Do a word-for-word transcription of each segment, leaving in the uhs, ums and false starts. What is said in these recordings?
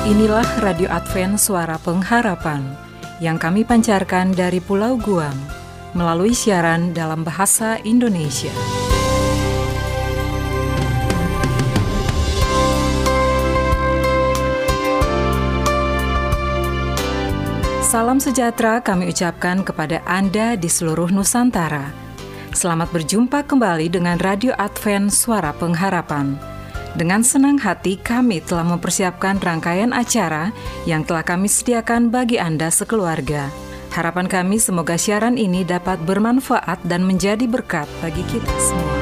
Inilah Radio Advent Suara Pengharapan yang kami pancarkan dari Pulau Guam melalui siaran dalam bahasa Indonesia. Salam sejahtera kami ucapkan kepada Anda di seluruh Nusantara. Selamat berjumpa kembali dengan Radio Advent Suara Pengharapan. Dengan senang hati kami telah mempersiapkan rangkaian acara yang telah kami sediakan bagi Anda sekeluarga. Harapan kami semoga siaran ini dapat bermanfaat dan menjadi berkat bagi kita semua.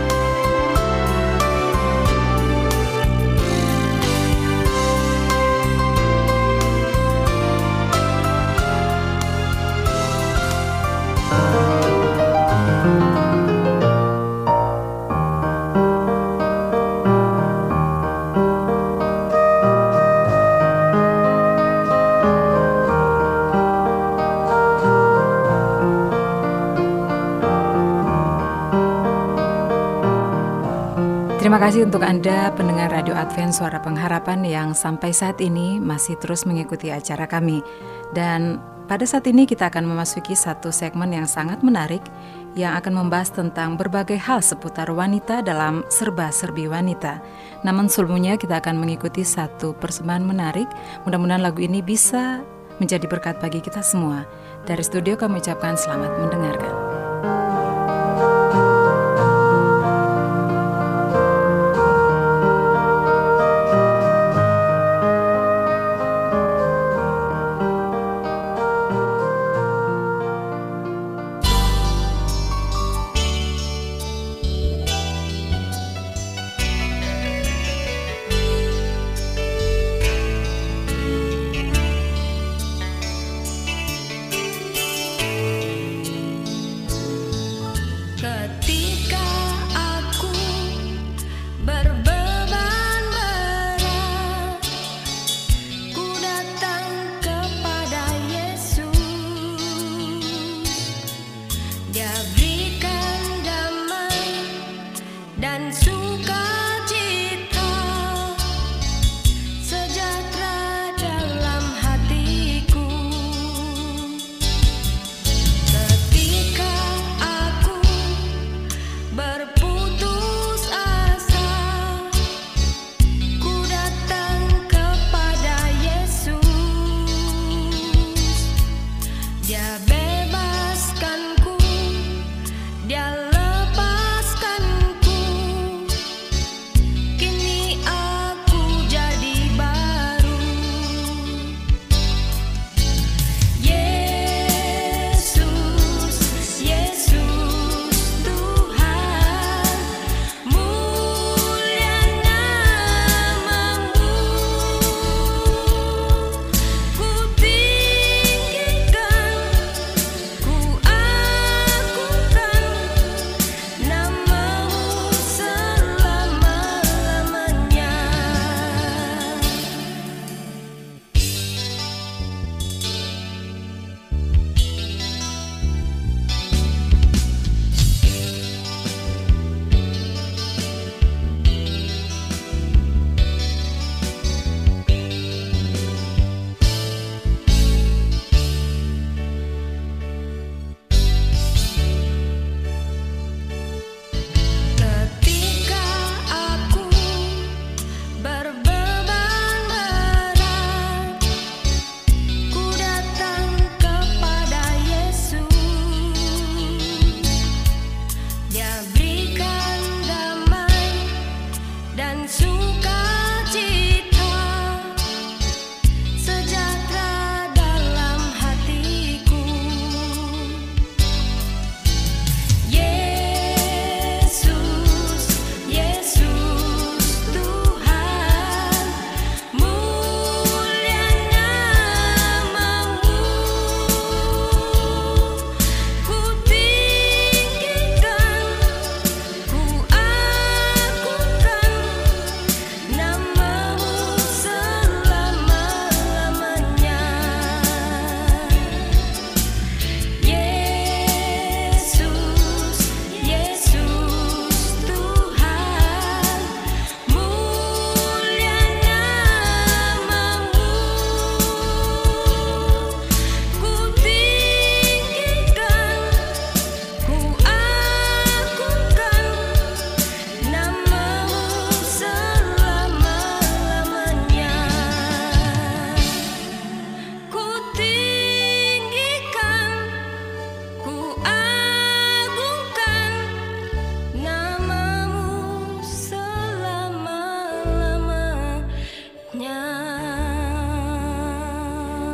Terima kasih untuk Anda pendengar Radio Advent Suara Pengharapan yang sampai saat ini masih terus mengikuti acara kami. Dan pada saat ini kita akan memasuki satu segmen yang sangat menarik yang akan membahas tentang berbagai hal seputar wanita dalam serba-serbi wanita. Namun sebelumnya kita akan mengikuti satu persembahan menarik. Mudah-mudahan lagu ini bisa menjadi berkat bagi kita semua. Dari studio kami ucapkan selamat mendengarkan.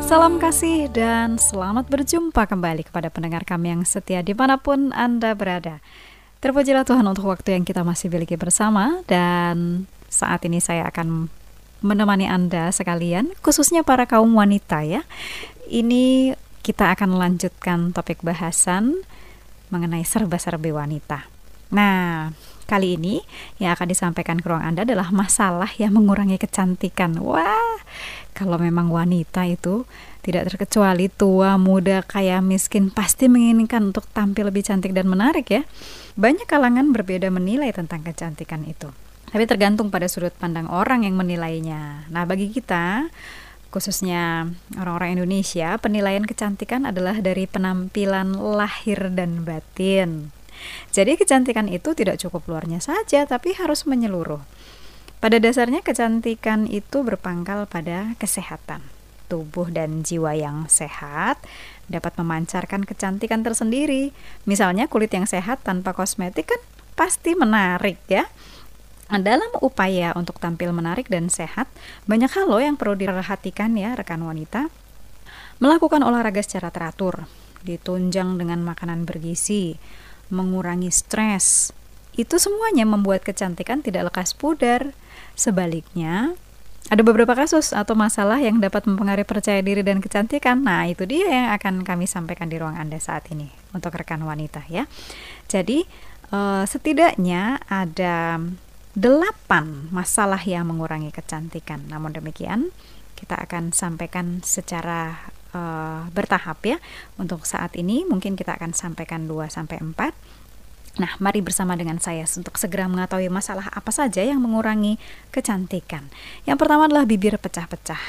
Salam kasih dan selamat berjumpa kembali kepada pendengar kami yang setia dimanapun Anda berada. Terpujilah Tuhan untuk waktu yang kita masih miliki bersama, dan saat ini saya akan menemani Anda sekalian, khususnya para kaum wanita ya. Ini kita akan melanjutkan topik bahasan mengenai serba-serbi wanita. Nah, kali ini yang akan disampaikan ke ruang Anda adalah masalah yang mengurangi kecantikan. Wah, kalau memang wanita itu tidak terkecuali tua, muda, kaya, miskin pasti menginginkan untuk tampil lebih cantik dan menarik ya. Banyak kalangan berbeda menilai tentang kecantikan itu. Tapi tergantung pada sudut pandang orang yang menilainya. Nah, bagi kita, khususnya orang-orang Indonesia, penilaian kecantikan adalah dari penampilan lahir dan batin. Jadi kecantikan itu tidak cukup luarnya saja, tapi harus menyeluruh. Pada dasarnya kecantikan itu berpangkal pada kesehatan. Tubuh dan jiwa yang sehat dapat memancarkan kecantikan tersendiri. Misalnya kulit yang sehat tanpa kosmetik kan pasti menarik ya. Dalam upaya untuk tampil menarik dan sehat, banyak hal loh yang perlu diperhatikan ya rekan wanita. Melakukan olahraga secara teratur, ditunjang dengan makanan bergizi, mengurangi stres, itu semuanya membuat kecantikan tidak lekas pudar. Sebaliknya, ada beberapa kasus atau masalah yang dapat mempengaruhi percaya diri dan kecantikan. Nah, itu dia yang akan kami sampaikan di ruang Anda saat ini untuk rekan wanita ya. Jadi, eh, setidaknya ada delapan masalah yang mengurangi kecantikan. Namun demikian, kita akan sampaikan secara uh, bertahap ya. Untuk saat ini mungkin kita akan sampaikan dua sampai empat. Nah, mari bersama dengan saya untuk segera mengetahui masalah apa saja yang mengurangi kecantikan. Yang pertama adalah bibir pecah-pecah.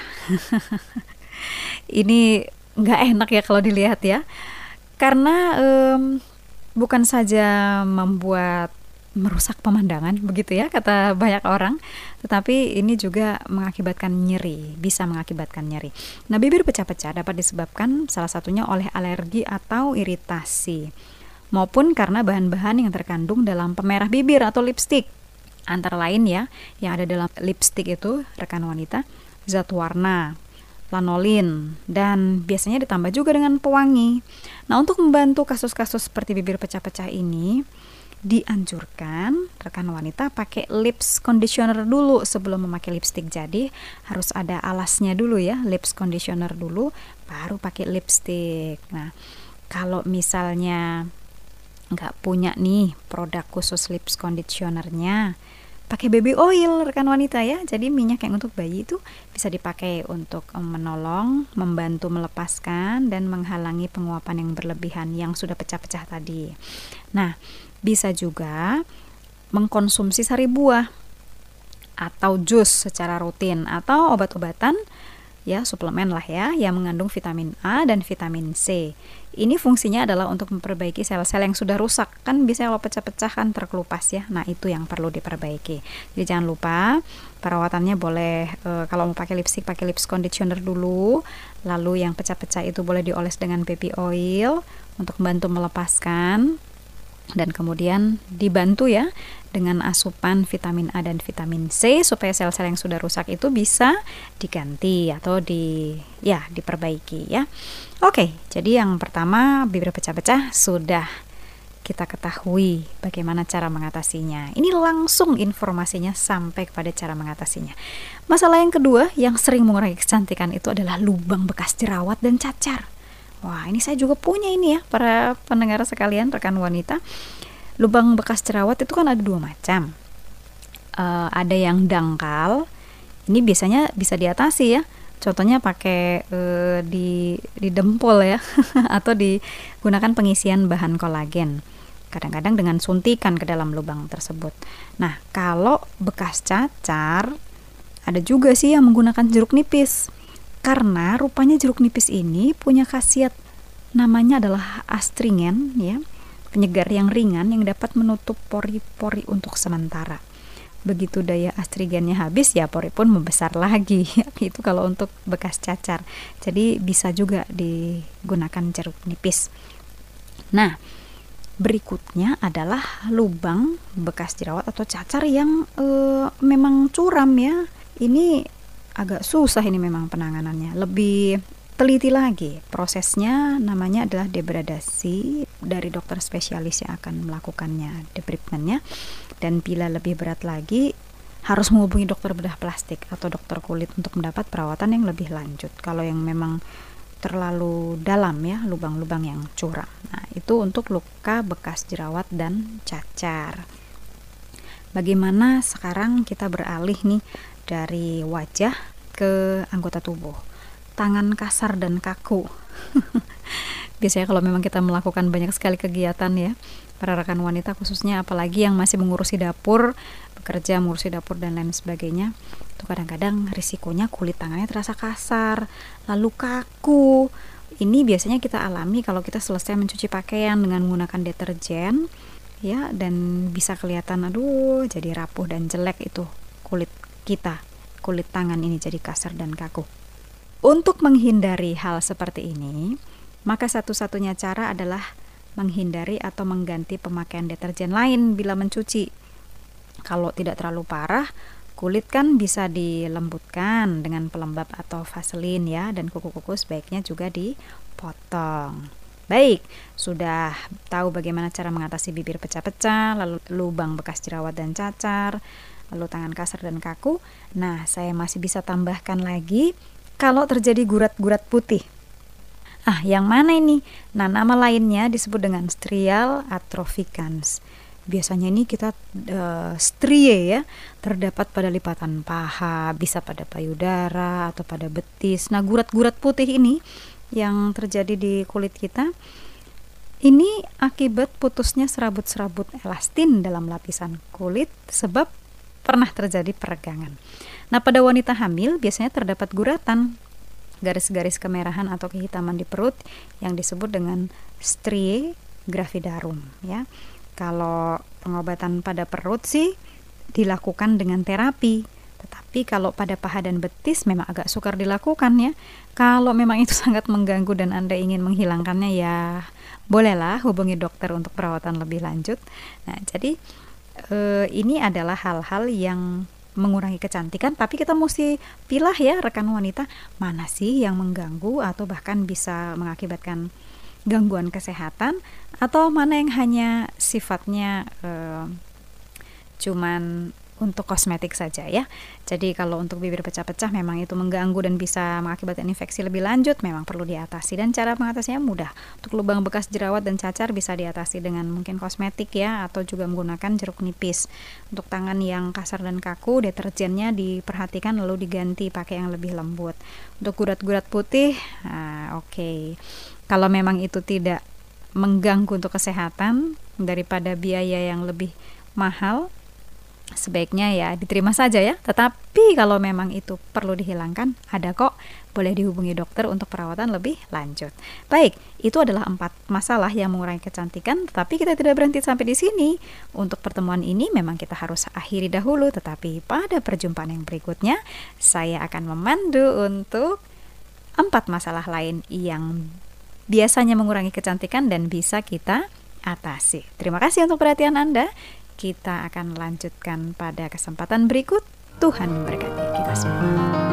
Ini nggak enak ya kalau dilihat ya. Karena um, bukan saja membuat merusak pemandangan begitu ya kata banyak orang, tetapi ini juga mengakibatkan nyeri, bisa mengakibatkan nyeri. Nah, bibir pecah-pecah dapat disebabkan salah satunya oleh alergi atau iritasi, maupun karena bahan-bahan yang terkandung dalam pemerah bibir atau lipstik. Antara lain ya, yang ada dalam lipstik itu rekan wanita, zat warna, lanolin, dan biasanya ditambah juga dengan pewangi. Nah, untuk membantu kasus-kasus seperti bibir pecah-pecah ini, dianjurkan rekan wanita pakai lips conditioner dulu sebelum memakai lipstick. Jadi harus ada alasnya dulu ya, lips conditioner dulu baru pakai lipstick. Nah, kalau misalnya nggak punya nih produk khusus lips conditionernya, pakai baby oil rekan wanita ya. Jadi minyak yang untuk bayi itu bisa dipakai untuk menolong, membantu melepaskan dan menghalangi penguapan yang berlebihan yang sudah pecah-pecah tadi. Nah, bisa juga mengkonsumsi sari buah atau jus secara rutin, atau obat-obatan ya, suplemen lah ya, yang mengandung vitamin A dan vitamin C. Ini fungsinya adalah untuk memperbaiki sel-sel yang sudah rusak. Kan biasanya kalau pecah-pecah kan terkelupas ya. Nah, itu yang perlu diperbaiki. Jadi jangan lupa perawatannya boleh e, kalau mau pakai lipstick pakai lips conditioner dulu. Lalu yang pecah-pecah itu boleh dioles dengan baby oil untuk membantu melepaskan. Dan kemudian dibantu ya dengan asupan vitamin A dan vitamin C supaya sel-sel yang sudah rusak itu bisa diganti atau di ya diperbaiki ya. Oke, jadi yang pertama bibir pecah-pecah sudah kita ketahui bagaimana cara mengatasinya. Ini langsung informasinya sampai kepada cara mengatasinya. Masalah yang kedua yang sering mengurangi kecantikan itu adalah lubang bekas jerawat dan cacar. Wah, ini saya juga punya ini ya, para pendengar sekalian, rekan wanita. Lubang bekas jerawat itu kan ada dua macam. Uh, ada yang dangkal, ini biasanya bisa diatasi ya. Contohnya pakai uh, di di dempul ya, atau digunakan pengisian bahan kolagen. Kadang-kadang dengan suntikan ke dalam lubang tersebut. Nah, kalau bekas cacar, ada juga sih yang menggunakan jeruk nipis. Karena rupanya jeruk nipis ini punya khasiat namanya adalah astringen ya, penyegar yang ringan yang dapat menutup pori-pori untuk sementara. Begitu daya astrigennya habis ya pori pun membesar lagi. Itu kalau untuk bekas cacar. Jadi bisa juga digunakan jeruk nipis. Nah, berikutnya adalah lubang bekas jerawat atau cacar yang e, memang curam ya. Ini agak susah ini memang penanganannya. Lebih teliti lagi. Prosesnya namanya adalah debridasi, dari dokter spesialis yang akan melakukannya debridement-nya. Dan bila lebih berat lagi, harus menghubungi dokter bedah plastik atau dokter kulit untuk mendapat perawatan yang lebih lanjut. Kalau yang memang terlalu dalam ya, lubang-lubang yang curam. Nah, itu untuk luka bekas jerawat dan cacar. Bagaimana sekarang kita beralih nih dari wajah ke anggota tubuh. Tangan kasar dan kaku. Biasanya kalau memang kita melakukan banyak sekali kegiatan ya, para rekan wanita khususnya, apalagi yang masih mengurusi dapur, bekerja mengurusi dapur dan lain sebagainya, itu kadang-kadang risikonya kulit tangannya terasa kasar, lalu kaku. Ini biasanya kita alami kalau kita selesai mencuci pakaian dengan menggunakan deterjen ya, dan bisa kelihatan aduh jadi rapuh dan jelek itu kulit kita, kulit tangan ini jadi kasar dan kaku. Untuk menghindari hal seperti ini, maka satu-satunya cara adalah menghindari atau mengganti pemakaian deterjen lain bila mencuci. Kalau tidak terlalu parah, kulit kan bisa dilembutkan dengan pelembab atau vaselin ya, dan kuku-kuku sebaiknya juga dipotong. Baik, sudah tahu bagaimana cara mengatasi bibir pecah-pecah, lalu lubang bekas jerawat dan cacar, lalu tangan kasar dan kaku. Nah, saya masih bisa tambahkan lagi kalau terjadi gurat-gurat putih. Ah, yang mana ini? Nah, nama lainnya disebut dengan strial atropicans. Biasanya ini kita uh, strie ya, terdapat pada lipatan paha, bisa pada payudara atau pada betis. Nah, gurat-gurat putih ini yang terjadi di kulit kita, ini akibat putusnya serabut-serabut elastin dalam lapisan kulit sebab pernah terjadi peregangan. Nah, pada wanita hamil biasanya terdapat guratan, garis-garis kemerahan atau kehitaman di perut yang disebut dengan striae gravidarum ya. Kalau pengobatan pada perut sih dilakukan dengan terapi, tetapi kalau pada paha dan betis memang agak sukar dilakukan ya. Kalau memang itu sangat mengganggu dan Anda ingin menghilangkannya, ya bolehlah hubungi dokter untuk perawatan lebih lanjut. Nah, jadi eh, ini adalah hal-hal yang mengurangi kecantikan, tapi kita mesti pilah ya rekan wanita, mana sih yang mengganggu atau bahkan bisa mengakibatkan gangguan kesehatan, atau mana yang hanya sifatnya eh, cuman untuk kosmetik saja ya. Jadi kalau untuk bibir pecah-pecah memang itu mengganggu dan bisa mengakibatkan infeksi lebih lanjut, memang perlu diatasi, dan cara mengatasinya mudah. Untuk lubang bekas jerawat dan cacar bisa diatasi dengan mungkin kosmetik ya, atau juga menggunakan jeruk nipis. Untuk tangan yang kasar dan kaku, deterjennya diperhatikan lalu diganti pakai yang lebih lembut. Untuk gurat-gurat putih, nah, oke okay. Kalau memang itu tidak mengganggu untuk kesehatan daripada biaya yang lebih mahal, sebaiknya ya diterima saja ya. Tetapi kalau memang itu perlu dihilangkan, ada kok, boleh dihubungi dokter untuk perawatan lebih lanjut. Baik, itu adalah empat masalah yang mengurangi kecantikan, tetapi kita tidak berhenti sampai di sini. Untuk pertemuan ini memang kita harus akhiri dahulu, tetapi pada perjumpaan yang berikutnya saya akan memandu untuk empat masalah lain yang biasanya mengurangi kecantikan dan bisa kita atasi. Terima kasih untuk perhatian Anda. Kita akan lanjutkan pada kesempatan berikut. Tuhan memberkati kita semua.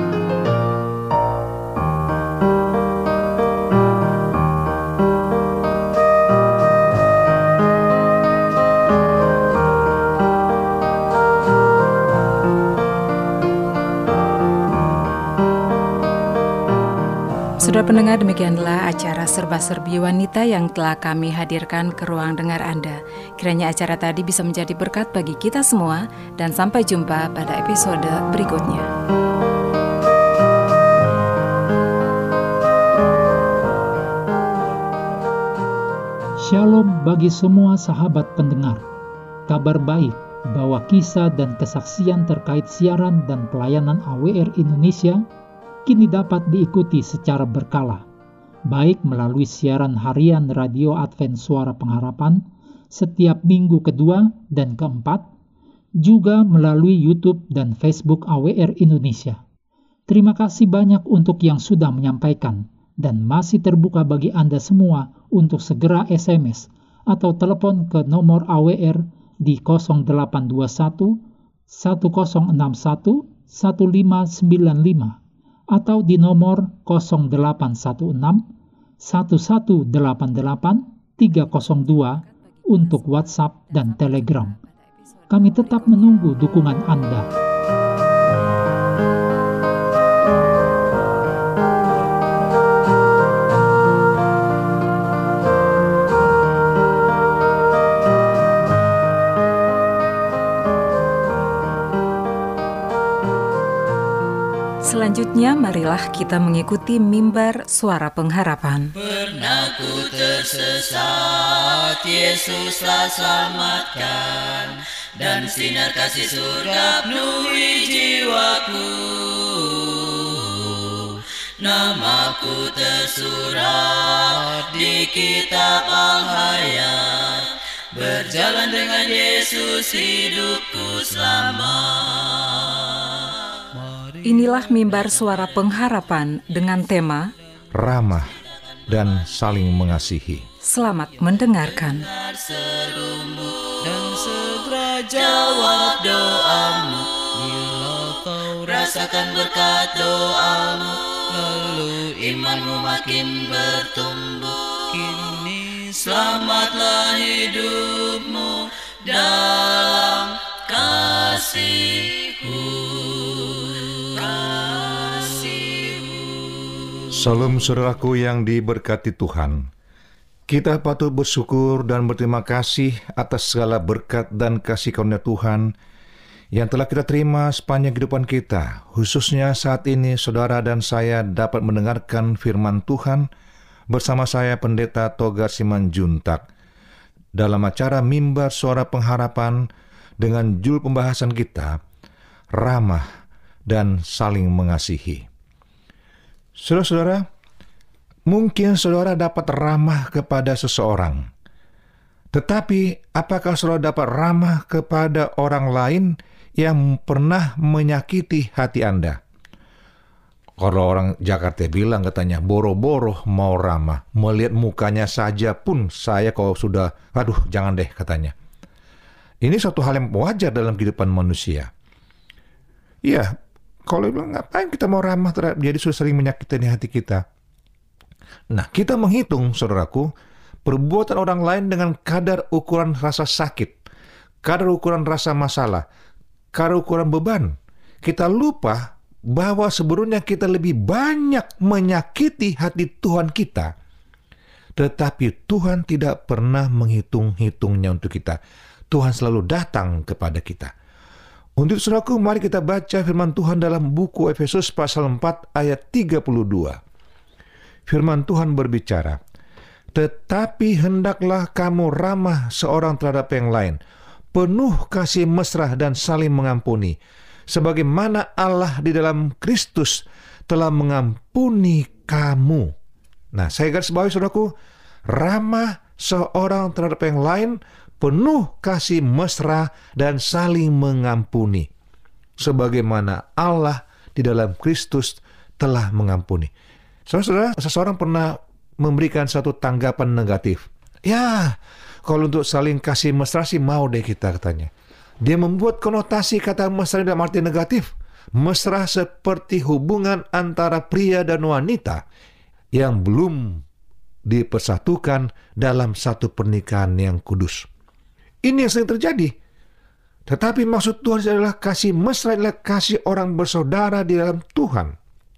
Saudara pendengar, demikianlah acara Serba-Serbi Wanita yang telah kami hadirkan ke ruang dengar Anda. Kiranya acara tadi bisa menjadi berkat bagi kita semua, dan sampai jumpa pada episode berikutnya. Shalom bagi semua sahabat pendengar. Kabar baik bahwa kisah dan kesaksian terkait siaran dan pelayanan A W R Indonesia kini dapat diikuti secara berkala, baik melalui siaran harian Radio Advent Suara Pengharapan setiap minggu kedua dan keempat, juga melalui YouTube dan Facebook A W R Indonesia. Terima kasih banyak untuk yang sudah menyampaikan, dan masih terbuka bagi Anda semua untuk segera S M S atau telepon ke nomor A W R di nol delapan dua satu, satu nol enam satu, satu lima sembilan lima atau di nomor nol delapan satu enam satu satu delapan delapan tiga nol dua untuk WhatsApp dan Telegram. Kami tetap menunggu dukungan Anda. Selanjutnya, marilah kita mengikuti mimbar suara pengharapan. Pernah ku tersesat, Yesuslah selamatkan, dan sinar kasih surga penuhi jiwaku. Namaku tersurat di kitab Al-Hayat, berjalan dengan Yesus hidupku selamat. Inilah mimbar suara pengharapan dengan tema ramah dan saling mengasihi. Selamat mendengarkan. Dan segera jawab doamu, bila kau rasakan berkat doamu, lalu imanmu makin bertumbuh. Kini selamatlah hidupmu dalam kasih-Ku. Salam saudaraku yang diberkati Tuhan. Kita patut bersyukur dan berterima kasih atas segala berkat dan kasih karunia Tuhan yang telah kita terima sepanjang kehidupan kita. Khususnya saat ini saudara dan saya dapat mendengarkan firman Tuhan bersama saya Pendeta Togar Simanjuntak dalam acara Mimbar Suara Pengharapan dengan judul pembahasan kita, Ramah dan Saling Mengasihi. Saudara-saudara, mungkin saudara dapat ramah kepada seseorang. Tetapi, apakah saudara dapat ramah kepada orang lain yang pernah menyakiti hati Anda? Kalau orang Jakarta bilang katanya, boro-boro mau ramah. Melihat mukanya saja pun saya kalau sudah, aduh jangan deh katanya. Ini suatu hal yang wajar dalam kehidupan manusia. Iya, kalau bilang ngapain kita mau ramah terhadap dia, sudah sering menyakiti hati kita. Nah, kita menghitung, saudaraku, perbuatan orang lain dengan kadar ukuran rasa sakit, kadar ukuran rasa masalah, kadar ukuran beban. Kita lupa bahwa sebenarnya kita lebih banyak menyakiti hati Tuhan kita. Tetapi Tuhan tidak pernah menghitung-hitungnya untuk kita. Tuhan selalu datang kepada kita. Untuk saudaraku, mari kita baca firman Tuhan dalam buku Efesus pasal empat ayat tiga puluh dua. Firman Tuhan berbicara, "Tetapi hendaklah kamu ramah seorang terhadap yang lain, penuh kasih mesra dan saling mengampuni, sebagaimana Allah di dalam Kristus telah mengampuni kamu." Nah, saya garis bawahi saudaraku, ramah seorang terhadap yang lain, penuh kasih mesra dan saling mengampuni, sebagaimana Allah di dalam Kristus telah mengampuni. Saudara-saudara, seseorang pernah memberikan satu tanggapan negatif. Ya, kalau untuk saling kasih mesra sih mau deh kita, katanya. Dia membuat konotasi kata mesra dalam arti negatif. Mesra seperti hubungan antara pria dan wanita yang belum dipersatukan dalam satu pernikahan yang kudus. Ini yang sering terjadi. Tetapi maksud Tuhan adalah kasih mesra adalah kasih orang bersaudara di dalam Tuhan,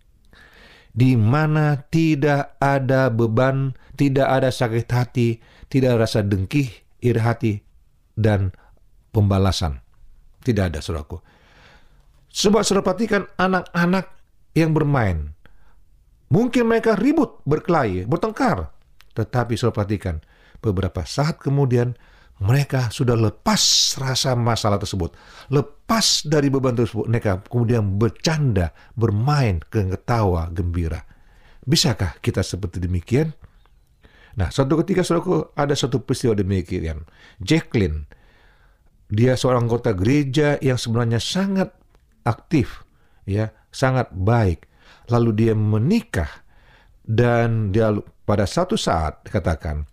di mana tidak ada beban, tidak ada sakit hati, tidak ada rasa dengki, iri hati, dan pembalasan. Tidak ada, saudaraku. Coba saudara perhatikan anak-anak yang bermain. Mungkin mereka ribut, berkelahi, bertengkar. Tetapi saudara perhatikan, beberapa saat kemudian mereka sudah lepas rasa masalah tersebut, lepas dari beban tersebut, mereka kemudian bercanda, bermain, ketawa, gembira. Bisakah kita seperti demikian? Nah, suatu ketika saudaraku ada satu peristiwa demikian. Jacqueline, dia seorang anggota gereja yang sebenarnya sangat aktif, ya, sangat baik. Lalu dia menikah dan dia pada satu saat dikatakan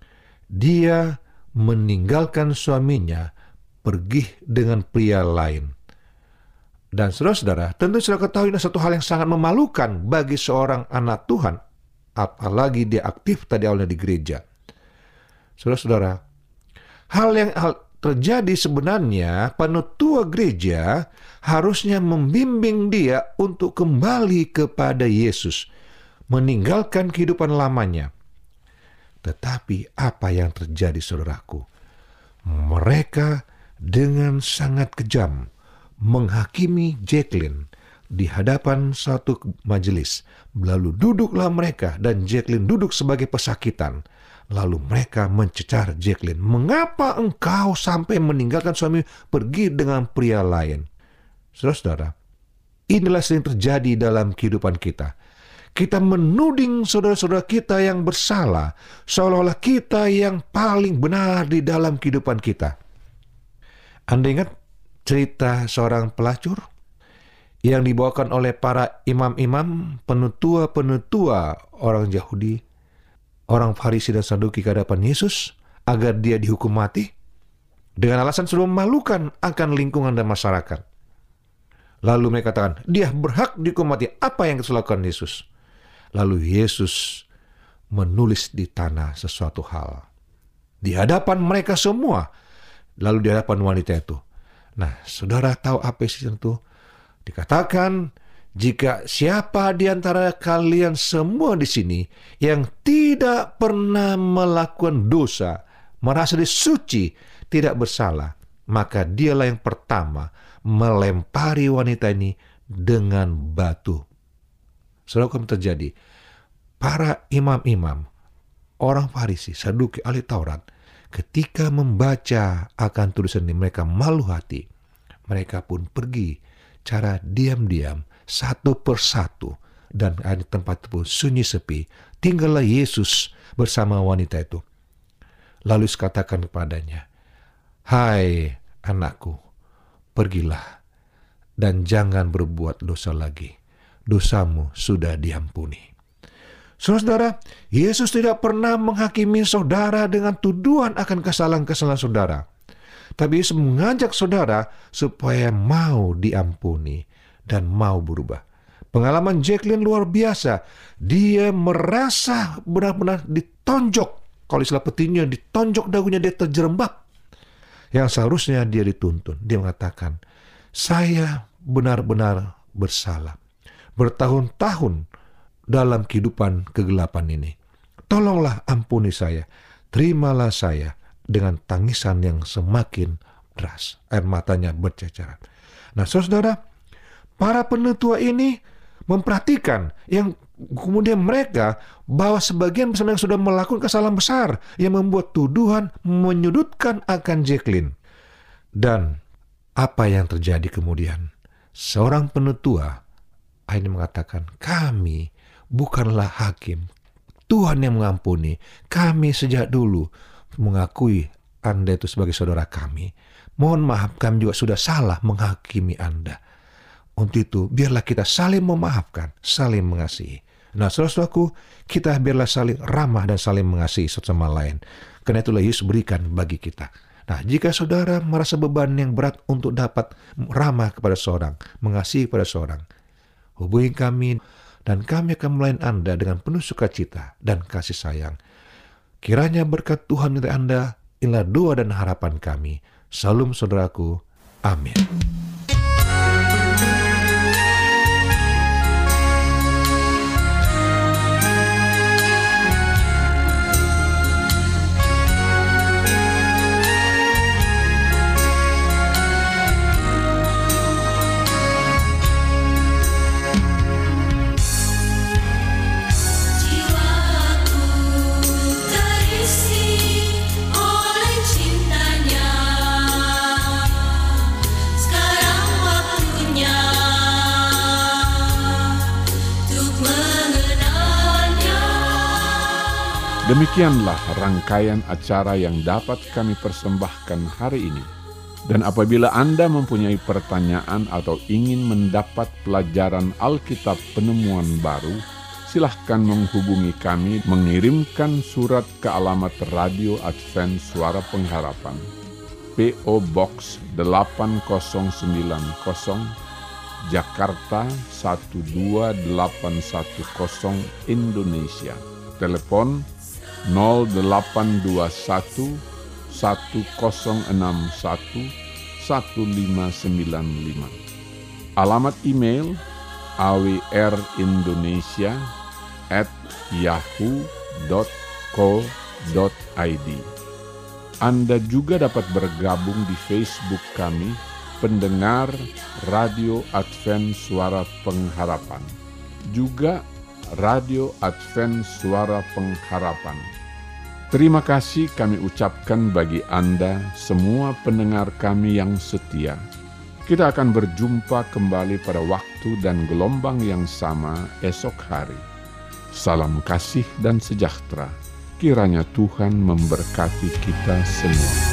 dia meninggalkan suaminya, pergi dengan pria lain. Dan saudara-saudara, tentu sudah ketahui ini satu hal yang sangat memalukan bagi seorang anak Tuhan, apalagi dia aktif tadi awalnya di gereja. Saudara-saudara, hal yang hal terjadi sebenarnya penatua gereja harusnya membimbing dia untuk kembali kepada Yesus, meninggalkan kehidupan lamanya. Tetapi apa yang terjadi, saudaraku? Mereka dengan sangat kejam menghakimi Jacqueline di hadapan satu majelis. Lalu duduklah mereka dan Jacqueline duduk sebagai pesakitan. Lalu mereka mencecar Jacqueline. Mengapa engkau sampai meninggalkan suami pergi dengan pria lain? Saudara-saudara, inilah sering terjadi dalam kehidupan kita. Kita menuding saudara-saudara kita yang bersalah, seolah-olah kita yang paling benar di dalam kehidupan kita. Anda ingat cerita seorang pelacur yang dibawakan oleh para imam-imam, penutua-penutua orang Yahudi, orang Farisi dan Saduki ke hadapan Yesus agar dia dihukum mati dengan alasan sudah memalukan akan lingkungan dan masyarakat. Lalu mereka katakan, dia berhak dihukum mati. Apa yang dilakukan Yesus? Lalu Yesus menulis di tanah sesuatu hal di hadapan mereka semua. Lalu di hadapan wanita itu. Nah, saudara tahu apa isi itu? Dikatakan, jika siapa di antara kalian semua di sini yang tidak pernah melakukan dosa, merasa disuci, tidak bersalah, maka dialah yang pertama melempari wanita ini dengan batu. Saudara, apa terjadi? Para imam-imam, orang Farisi, Saduki, ahli Taurat, ketika membaca akan tulisan ini, mereka malu hati. Mereka pun pergi cara diam-diam, satu persatu, dan di tempat itu pun sunyi sepi. Tinggallah Yesus bersama wanita itu. Lalu dikatakan kepadanya, hai anakku, pergilah dan jangan berbuat dosa lagi. Dosamu sudah diampuni. Saudara, Yesus tidak pernah menghakimi saudara dengan tuduhan akan kesalahan-kesalahan saudara. Tapi Yesus mengajak saudara supaya mau diampuni dan mau berubah. Pengalaman Jacqueline luar biasa. Dia merasa benar-benar ditonjok. Kalau istilah petinju, ditonjok dagunya, dia terjerembab. Yang seharusnya dia dituntun. Dia mengatakan, saya benar-benar bersalah. Bertahun-tahun dalam kehidupan kegelapan ini. Tolonglah ampuni saya. Terimalah saya. Dengan tangisan yang semakin deras. Air matanya berceceran. Nah, saudara, para penutua ini memperhatikan yang kemudian mereka bahwa sebagian besar yang sudah melakukan kesalahan besar yang membuat tuduhan menyudutkan akan Jacqueline. Dan apa yang terjadi kemudian? Seorang penutua akhirnya mengatakan, kami bukanlah hakim. Tuhan yang mengampuni. Kami sejak dulu mengakui Anda itu sebagai saudara kami. Mohon maaf, kami juga sudah salah menghakimi Anda. Untuk itu, biarlah kita saling memaafkan, saling mengasihi. Nah, saudara-saudaraku, kita biarlah saling ramah dan saling mengasihi satu sama lain. Karena itulah Yesus berikan bagi kita. Nah, jika saudara merasa beban yang berat untuk dapat ramah kepada seorang, mengasihi kepada seorang, hubungi kami dan kami akan melayani Anda dengan penuh sukacita dan kasih sayang. Kiranya berkat Tuhan menyertai Anda. Inilah doa dan harapan kami. Salam saudaraku. Amin. Demikianlah rangkaian acara yang dapat kami persembahkan hari ini. Dan apabila Anda mempunyai pertanyaan atau ingin mendapat pelajaran Alkitab penemuan baru, silahkan menghubungi kami mengirimkan surat ke alamat Radio Advent Suara Pengharapan, P O Box delapan nol sembilan nol, Jakarta satu dua delapan satu nol Indonesia. Telepon nol delapan dua satu satu nol enam satu satu lima sembilan lima. Alamat email awrindonesia at yahoo dot co dot id. Anda juga dapat bergabung di Facebook kami, Pendengar Radio Advent Suara Pengharapan. Juga Radio Advent Suara Pengharapan. Terima kasih kami ucapkan bagi Anda semua pendengar kami yang setia. Kita akan berjumpa kembali pada waktu dan gelombang yang sama esok hari. Salam kasih dan sejahtera. Kiranya Tuhan memberkati kita semua.